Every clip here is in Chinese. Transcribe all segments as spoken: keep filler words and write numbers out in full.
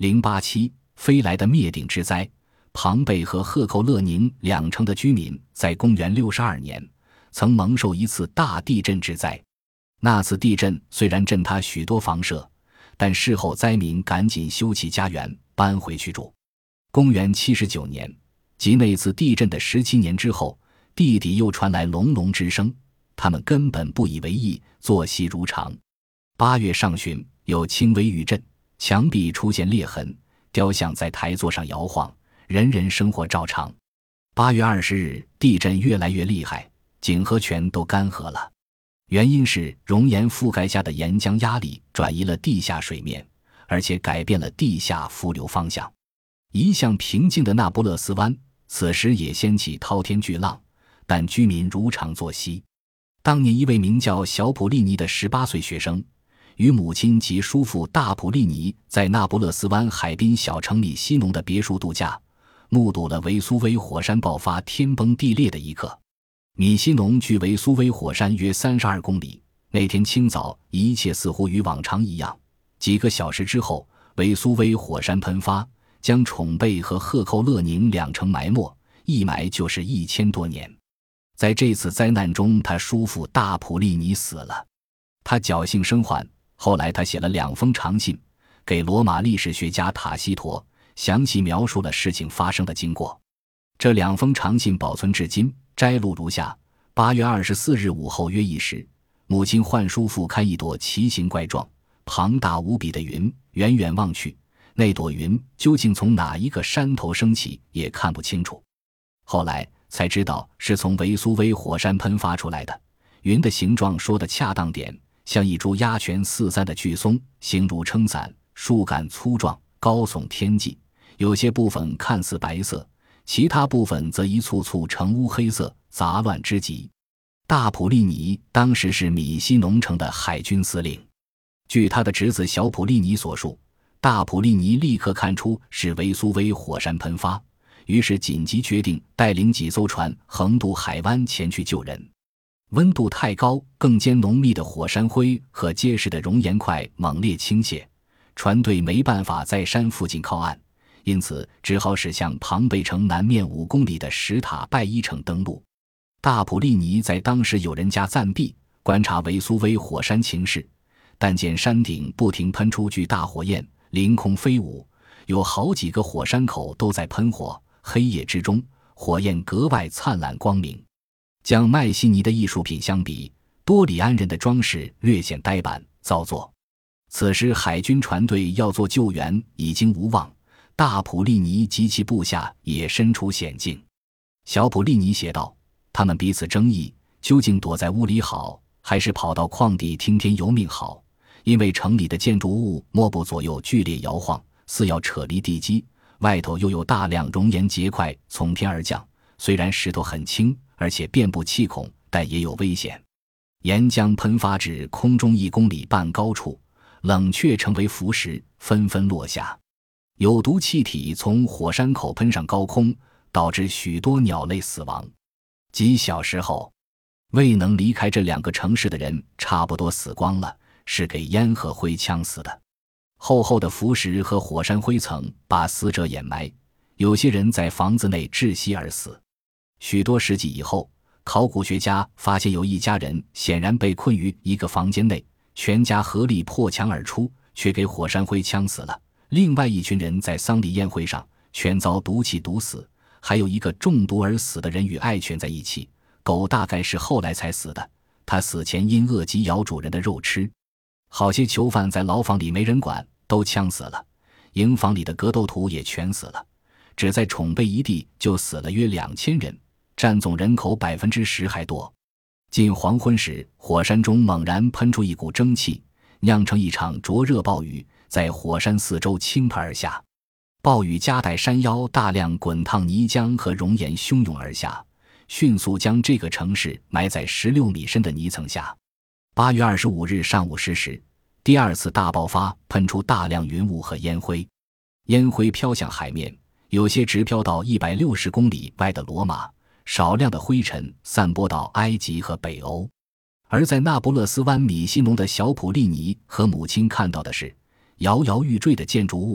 零八七飞来的灭顶之灾。庞贝和赫寇勒宁两城的居民在公元六十二年曾蒙受一次大地震之灾。那次地震虽然震塌许多房舍，但事后灾民赶紧修葺家园，搬回去住。公元七十九年，即那次地震的十七年之后，地底又传来隆隆之声，他们根本不以为意，作息如常。八月上旬，有轻微余震，墙壁出现裂痕，雕像在台座上摇晃，人人生活照常。八月二十日，地震越来越厉害，井和泉都干涸了。原因是熔岩覆盖下的岩浆压力转移了地下水面，而且改变了地下伏流方向。一向平静的那不勒斯湾此时也掀起滔天巨浪，但居民如常作息。当年一位名叫小普利尼的十八岁学生，与母亲及叔父大普利尼在那不勒斯湾海滨小城米西农的别墅度假，目睹了维苏威火山爆发天崩地裂的一刻。米西农距维苏威火山约三十二公里，那天清早一切似乎与往常一样，几个小时之后，维苏威火山喷发，将宠贝和赫寇勒宁两城埋没，一埋就是一千多年。在这次灾难中，他叔父大普利尼死了。他侥幸生还，后来他写了两封长信给罗马历史学家塔西佗，详细描述了事情发生的经过。这两封长信保存至今，摘录如下：八月二十四日午后约一时，母亲唤叔父看一朵奇形怪状、庞大无比的云，远远望去，那朵云究竟从哪一个山头升起也看不清楚。后来才知道是从维苏威火山喷发出来的。云的形状说得恰当点，像一株鸦雀四散的巨松，形如撑伞，树干粗壮，高耸天际，有些部分看似白色，其他部分则一簇簇呈乌黑色，杂乱之极。大普利尼当时是米西农城的海军司令。据他的侄子小普利尼所述，大普利尼立刻看出是维苏威火山喷发，于是紧急决定带领几艘船横渡海湾前去救人。温度太高，更兼浓密的火山灰和结实的熔岩块猛烈倾泻，船队没办法在山附近靠岸，因此只好驶向庞贝城南面五公里的什塔拜伊城登陆。大普利尼在当时有人家暂避，观察维苏威火山情势，但见山顶不停喷出巨大火焰，凌空飞舞，有好几个火山口都在喷火，黑夜之中，火焰格外灿烂光明。将麦西尼的艺术品相比，多里安人的装饰略显呆板造作。此时海军船队要做救援已经无望，大普利尼及其部下也身处险境。小普利尼写道，他们彼此争议，究竟躲在屋里好，还是跑到旷地听天由命好，因为城里的建筑物莫不左右剧烈摇晃，似要扯离地基，外头又有大量熔岩结块从天而降，虽然石头很轻，而且遍布气孔，但也有危险。岩浆喷发至空中一公里半高处，冷却成为浮石，纷纷落下。有毒气体从火山口喷上高空，导致许多鸟类死亡。几小时后，未能离开这两个城市的人差不多死光了，是给烟和灰呛死的。厚厚的浮石和火山灰层把死者掩埋，有些人在房子内窒息而死。许多世纪以后，考古学家发现有一家人显然被困于一个房间内，全家合力破墙而出，却给火山灰呛死了。另外一群人在丧礼宴会上全遭毒气毒死，还有一个中毒而死的人与爱犬在一起，狗大概是后来才死的，他死前因饿极咬主人的肉吃。好些囚犯在牢房里没人管，都呛死了，营房里的格斗徒也全死了，只在宠贝一地就死了约两千人，占总人口百分之十还多。近黄昏时，火山中猛然喷出一股蒸汽，酿成一场灼热暴雨，在火山四周倾盆而下。暴雨夹带山腰大量滚烫泥浆和熔岩汹涌而下，迅速将这个城市埋在十六米深的泥层下。八月二十五日上午十时，第二次大爆发喷出大量云雾和烟灰，烟灰飘向海面，有些直飘到一百六十公里外的罗马，少量的灰尘散播到埃及和北欧。而在那不勒斯湾米西农的小普利尼和母亲看到的是摇摇欲坠的建筑物，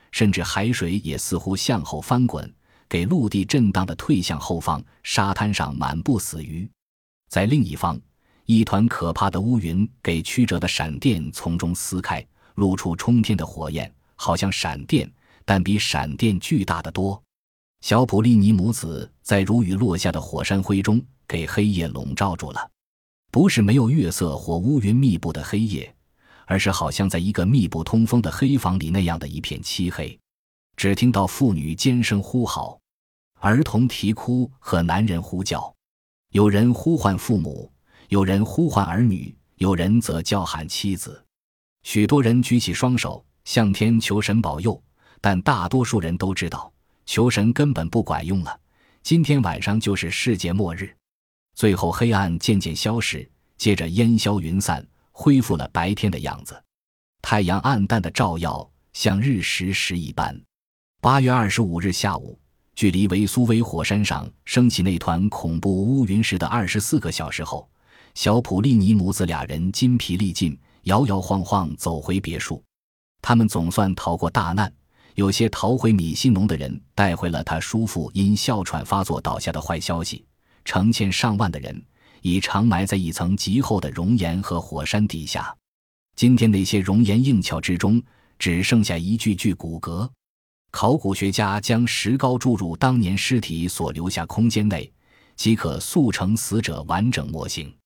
甚至海水也似乎向后翻滚，给陆地震荡地退向后方，沙滩上满布死鱼。在另一方，一团可怕的乌云给曲折的闪电从中撕开，露出冲天的火焰，好像闪电，但比闪电巨大得多。小普利尼母子在如雨落下的火山灰中给黑夜笼罩住了，不是没有月色或乌云密布的黑夜，而是好像在一个密不通风的黑房里那样的一片漆黑。只听到妇女尖声呼号，儿童啼哭和男人呼叫，有人呼唤父母，有人呼唤儿女，有人则叫喊妻子。许多人举起双手向天求神保佑，但大多数人都知道求神根本不管用了，今天晚上就是世界末日。最后黑暗渐渐消逝，接着烟消云散，恢复了白天的样子。太阳暗淡的照耀，像日食时一般。八月二十五日下午，距离维苏威火山上升起那团恐怖乌云时的二十四个小时后，小普利尼母子俩人筋疲力尽，摇摇晃晃走回别墅。他们总算逃过大难，有些逃回米西农的人带回了他叔父因哮喘发作倒下的坏消息，成千上万的人已长埋在一层极厚的熔岩和火山底下。今天那些熔岩硬壳之中只剩下一具具骨骼，考古学家将石膏注入当年尸体所留下空间内，即可塑成死者完整模型。